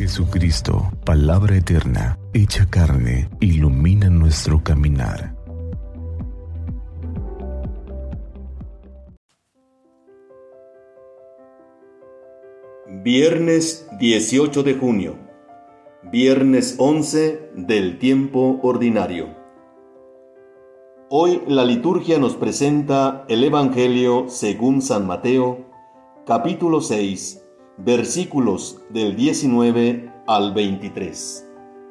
Jesucristo, palabra eterna, hecha carne, ilumina nuestro caminar. Viernes 18 de junio, viernes 11 del tiempo ordinario. Hoy la liturgia nos presenta el Evangelio según San Mateo, capítulo 6, versículos del 19 al 23.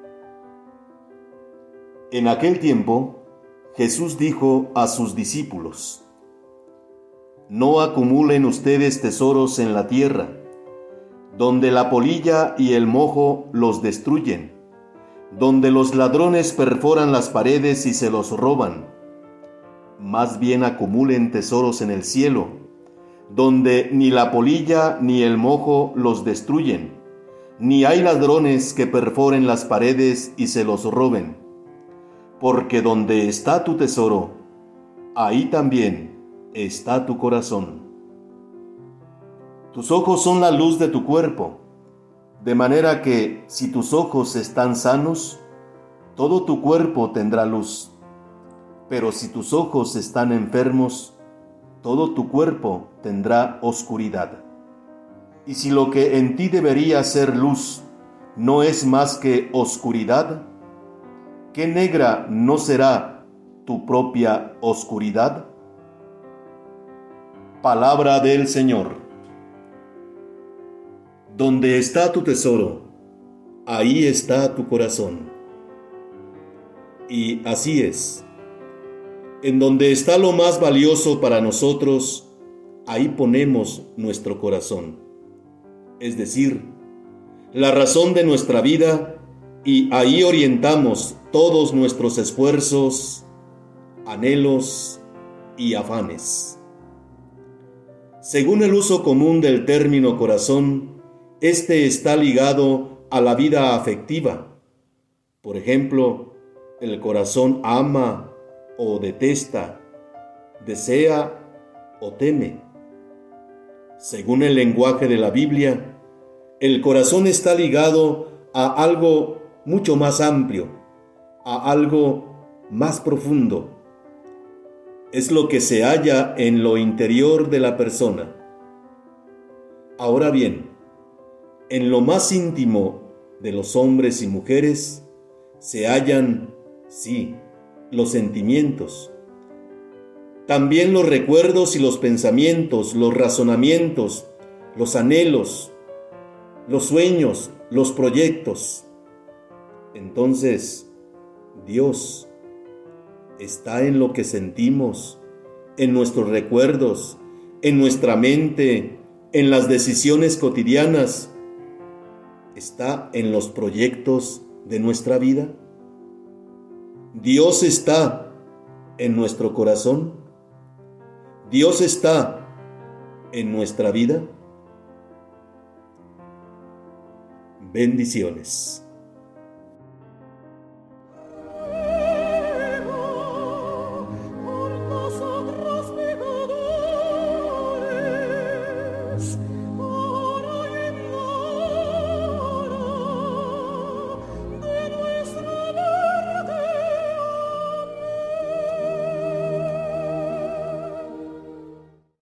En aquel tiempo, Jesús dijo a sus discípulos: No acumulen ustedes tesoros en la tierra, donde la polilla y el mojo los destruyen, donde los ladrones perforan las paredes y se los roban. Más bien acumulen tesoros en el cielo, donde ni la polilla ni el mojo los destruyen, ni hay ladrones que perforen las paredes y se los roben. Porque donde está tu tesoro, ahí también está tu corazón. Tus ojos son la luz de tu cuerpo, de manera que si tus ojos están sanos, todo tu cuerpo tendrá luz. Pero si tus ojos están enfermos, todo tu cuerpo tendrá oscuridad. Y si lo que en ti debería ser luz no es más que oscuridad, ¿qué negra no será tu propia oscuridad? Palabra del Señor. Donde está tu tesoro, ahí está tu corazón. Y así es. En donde está lo más valioso para nosotros, ahí ponemos nuestro corazón. Es decir, la razón de nuestra vida, y ahí orientamos todos nuestros esfuerzos, anhelos y afanes. Según el uso común del término corazón, este está ligado a la vida afectiva. Por ejemplo, el corazón ama o detesta, desea o teme. Según el lenguaje de la Biblia, el corazón está ligado a algo mucho más amplio, a algo más profundo. Es lo que se halla en lo interior de la persona. Ahora bien, en lo más íntimo de los hombres y mujeres se hallan, sí, los sentimientos. También los recuerdos y los pensamientos, los razonamientos, los anhelos, los sueños, los proyectos. Entonces, Dios está en lo que sentimos, en nuestros recuerdos, en nuestra mente, en las decisiones cotidianas. ¿Está en los proyectos de nuestra vida? ¿Dios está en nuestro corazón? ¿Dios está en nuestra vida? Bendiciones.